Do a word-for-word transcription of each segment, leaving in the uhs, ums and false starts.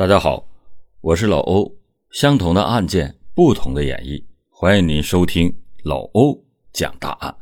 大家好，我是老欧，相同的案件，不同的演绎，欢迎您收听老欧讲大案。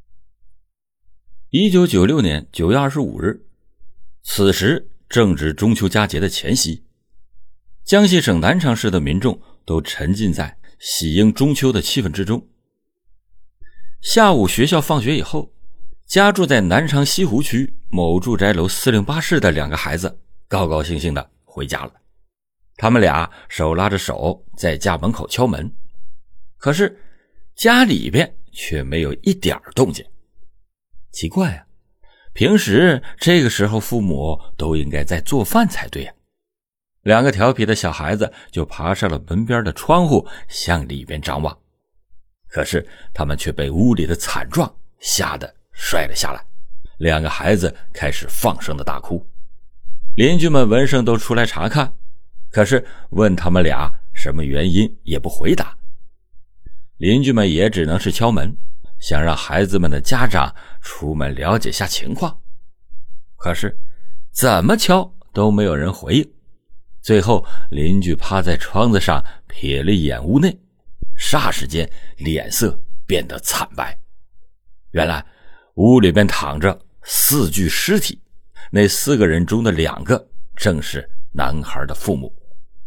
一九九六年九月二十五日，此时正值中秋佳节的前夕，江西省南昌市的民众都沉浸在喜迎中秋的气氛之中。下午学校放学以后，家住在南昌西湖区某住宅楼四零八室的两个孩子高高兴兴地回家了。他们俩手拉着手在家门口敲门，可是家里边却没有一点动静。奇怪啊，平时这个时候父母都应该在做饭才对啊。两个调皮的小孩子就爬上了门边的窗户向里边张望，可是他们却被屋里的惨状吓得摔了下来。两个孩子开始放声的大哭，邻居们闻声都出来查看，可是问他们俩什么原因也不回答。邻居们也只能是敲门，想让孩子们的家长出门了解下情况，可是怎么敲都没有人回应。最后邻居趴在窗子上瞥了一眼屋内，霎时间脸色变得惨白。原来屋里边躺着四具尸体，那四个人中的两个正是男孩的父母。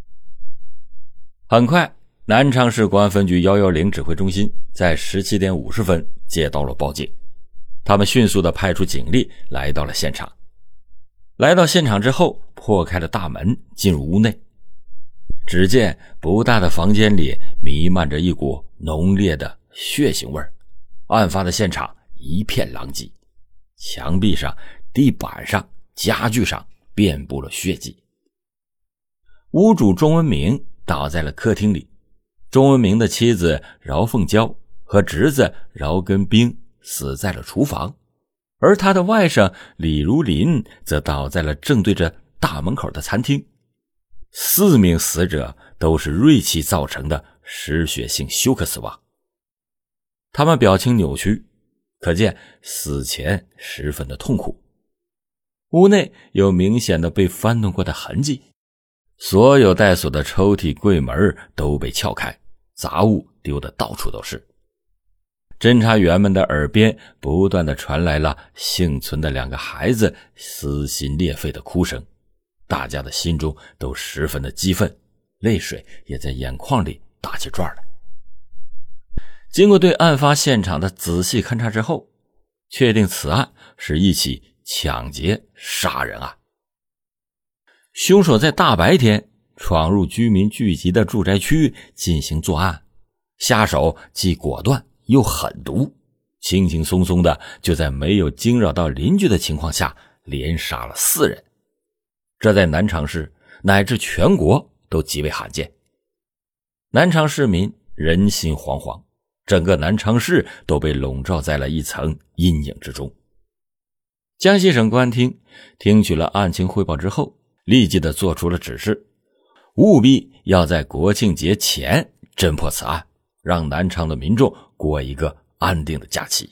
很快，南昌市公安分局一一零指挥中心在十七点五十分接到了报警，他们迅速地派出警力来到了现场。来到现场之后，破开了大门进入屋内，只见不大的房间里弥漫着一股浓烈的血腥味儿，案发的现场一片狼藉，墙壁上、地板上、家具上遍布了血迹。屋主钟文明倒在了客厅里，钟文明的妻子饶凤娇和侄子饶根兵死在了厨房，而他的外甥李如林则倒在了正对着大门口的餐厅。四名死者都是锐器造成的失血性休克死亡，他们表情扭曲，可见死前十分的痛苦。屋内有明显的被翻动过的痕迹，所有带锁的抽屉柜门都被撬开，杂物丢得到处都是。侦查员们的耳边不断地传来了幸存的两个孩子撕心裂肺的哭声，大家的心中都十分的激愤，泪水也在眼眶里打起转来。经过对案发现场的仔细勘察之后，确定此案是一起抢劫杀人案。凶手在大白天闯入居民聚集的住宅区进行作案，下手既果断又狠毒，轻轻松松的就在没有惊扰到邻居的情况下连杀了四人，这在南昌市乃至全国都极为罕见。南昌市民人心惶惶，整个南昌市都被笼罩在了一层阴影之中。江西省公安厅听取了案情汇报之后，立即的做出了指示，务必要在国庆节前侦破此案，让南昌的民众过一个安定的假期。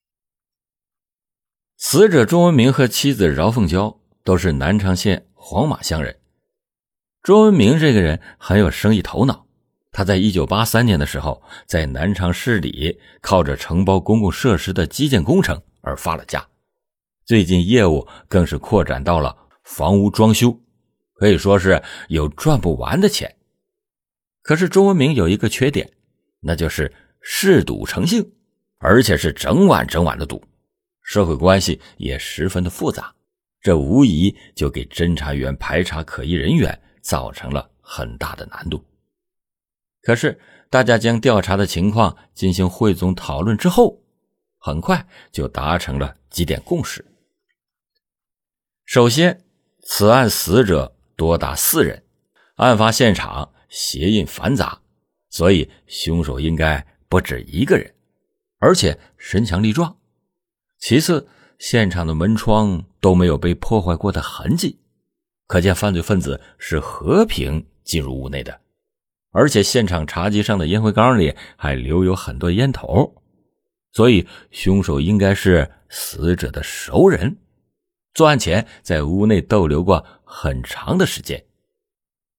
死者钟文明和妻子饶凤娇都是南昌县黄马乡人。钟文明这个人很有生意头脑，他在一九八三年的时候在南昌市里靠着承包公共设施的基建工程而发了家，最近业务更是扩展到了房屋装修，可以说是有赚不完的钱。可是钟文明有一个缺点，那就是嗜赌成性，而且是整晚整晚的赌，社会关系也十分的复杂，这无疑就给侦查员排查可疑人员造成了很大的难度。可是大家将调查的情况进行汇总讨论之后，很快就达成了几点共识。首先，此案死者多达四人，案发现场鞋印繁杂，所以凶手应该不止一个人，而且身强力壮。其次，现场的门窗都没有被破坏过的痕迹，可见犯罪分子是和平进入屋内的，而且现场茶几上的烟灰缸里还留有很多烟头，所以凶手应该是死者的熟人，作案前在屋内逗留过很长的时间。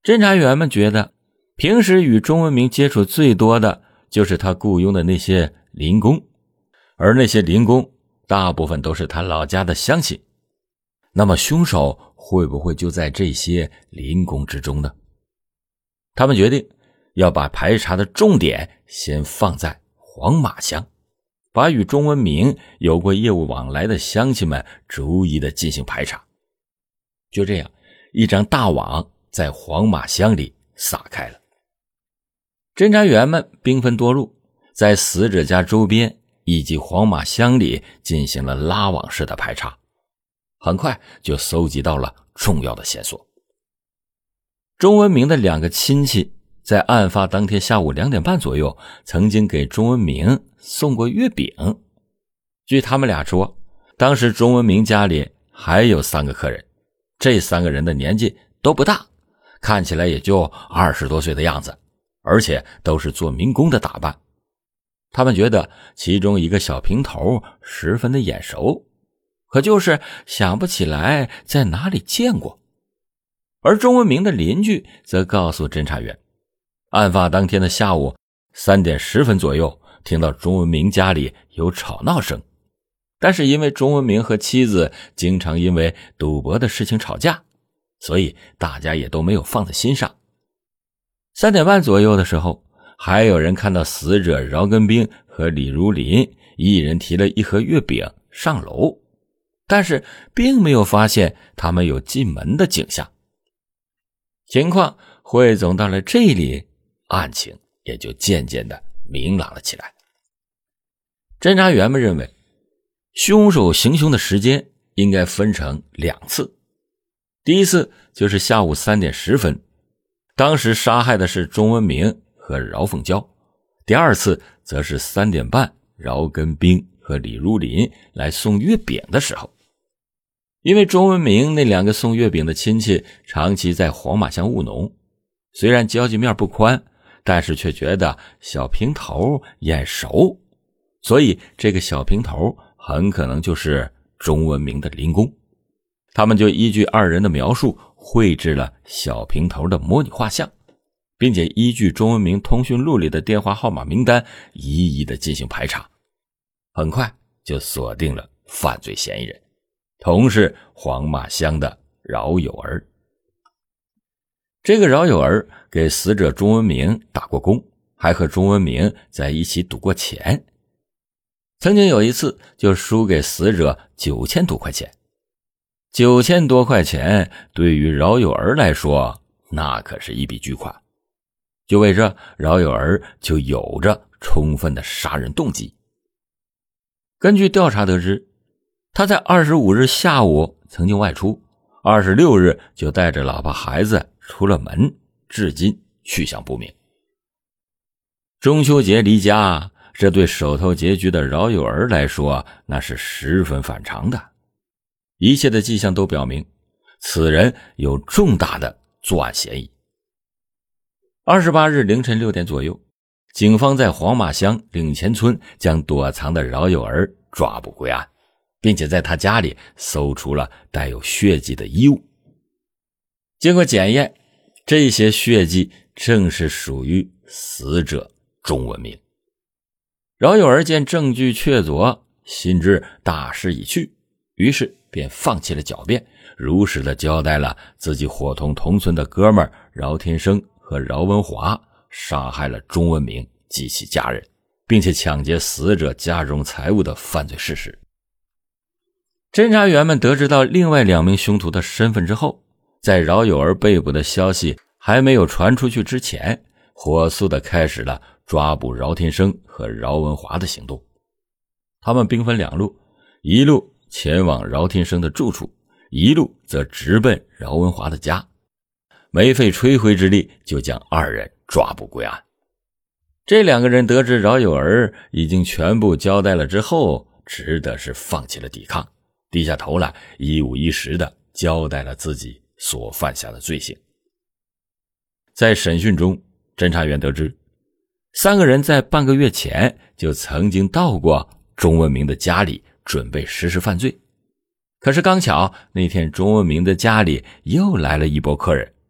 侦查员们觉得，平时与钟文明接触最多的就是他雇佣的那些邻工，而那些邻工大部分都是他老家的乡亲。那么凶手会不会就在这些邻工之中呢？他们决定要把排查的重点先放在黄马乡，把与钟文明有过业务往来的乡亲们逐一的进行排查。就这样，一张大网在黄马乡里撒开了。侦查员们兵分多路，在死者家周边以及黄马乡里进行了拉网式的排查，很快就搜集到了重要的线索。钟文明的两个亲戚在案发当天下午两点半左右曾经给钟文明送过月饼。据他们俩说，当时钟文明家里还有三个客人，这三个人的年纪都不大，看起来也就二十多岁的样子，而且都是做民工的打扮。他们觉得其中一个小平头十分的眼熟，可就是想不起来在哪里见过。而钟文明的邻居则告诉侦查员，案发当天的下午三点十分左右，听到钟文明家里有吵闹声，但是因为钟文明和妻子经常因为赌博的事情吵架，所以大家也都没有放在心上。三点半左右的时候，还有人看到死者饶根兵和李如林一人提了一盒月饼上楼，但是并没有发现他们有进门的景象。情况汇总到了这里，案情也就渐渐的明朗了起来。侦查员们认为，凶手行凶的时间应该分成两次。第一次就是下午三点十分，当时杀害的是钟文明和饶凤娇。第二次则是三点半，饶根兵和李如林来送月饼的时候。因为钟文明那两个送月饼的亲戚长期在黄马乡务农，虽然交际面不宽，但是却觉得小平头眼熟，所以这个小平头很可能就是钟文明的邻工。他们就依据二人的描述绘制了小平头的模拟画像，并且依据钟文明通讯录里的电话号码名单一一的进行排查，很快就锁定了犯罪嫌疑人，同是黄马乡的饶有儿。这个饶有儿给死者钟文明打过工，还和钟文明在一起赌过钱，曾经有一次就输给死者九千多块钱。九千多块钱对于饶有儿来说，那可是一笔巨款。就为这，饶有儿就有着充分的杀人动机。根据调查得知，他在二十五日下午曾经外出，二十六日就带着老婆孩子出了门，至今去向不明。中秋节离家，这对手头拮据的饶有儿来说，那是十分反常的。一切的迹象都表明，此人有重大的作案嫌疑。二十八日凌晨六点左右，警方在黄马乡领前村将躲藏的饶有儿抓捕归案，并且在他家里搜出了带有血迹的衣物。经过检验，这些血迹正是属于死者钟文明。饶有儿见证据确凿，心知大势已去，于是便放弃了狡辩，如实的交代了自己伙同同村的哥们饶天生和饶文华杀害了钟文明及其家人，并且抢劫死者家中财物的犯罪事实。侦查员们得知到另外两名凶徒的身份之后，在饶有儿被捕的消息还没有传出去之前，火速的开始了抓捕饶天生和饶文华的行动。他们兵分两路，一路前往饶天生的住处，一路则直奔饶文华的家，没费吹灰之力就将二人抓捕归案。这两个人得知饶有儿已经全部交代了之后，只得是放弃了抵抗，低下头来一五一十的交代了自己所犯下的罪行。在审讯中，侦查员得知三个人在半个月前就曾经到过钟文明的家里准备实施犯罪，可是刚巧那天钟文明的家里又来了一波客人，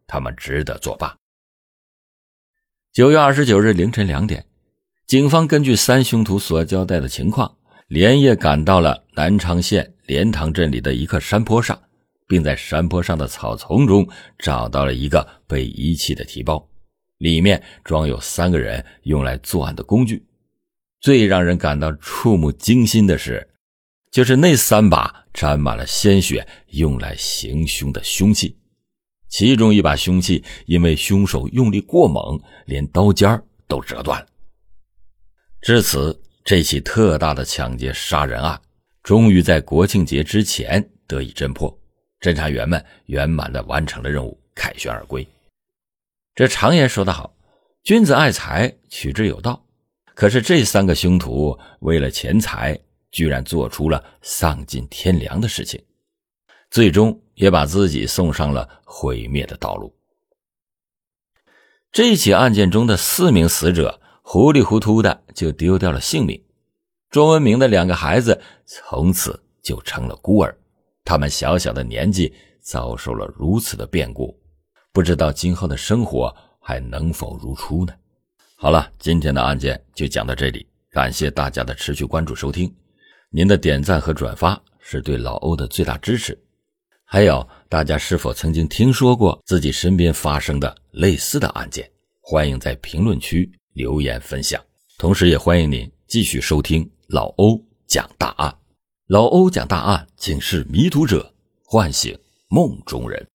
他们值得作罢。九月二十九日凌晨两点，警方根据三凶徒所交代的情况，连夜赶到了南昌县莲塘镇里的一个山坡上，并在山坡上的草丛中找到了一个被遗弃的提包，里面装有三个人用来作案的工具。最让人感到触目惊心的是，就是那三把沾满了鲜血用来行凶的凶器，其中一把凶器因为凶手用力过猛，连刀尖都折断了。至此，这起特大的抢劫杀人案终于在国庆节之前得以侦破，侦查员们圆满地完成了任务，凯旋而归。这常言说得好，君子爱财，取之有道。可是这三个凶徒为了钱财，居然做出了丧尽天良的事情，最终也把自己送上了毁灭的道路。这起案件中的四名死者糊里糊涂的就丢掉了性命，庄文明的两个孩子从此就成了孤儿，他们小小的年纪遭受了如此的变故，不知道今后的生活还能否如初呢？好了，今天的案件就讲到这里，感谢大家的持续关注收听，您的点赞和转发是对老欧的最大支持。还有，大家是否曾经听说过自己身边发生的类似的案件？欢迎在评论区留言分享，同时也欢迎您继续收听老欧讲大案。老欧讲大案，警示迷途者，唤醒梦中人。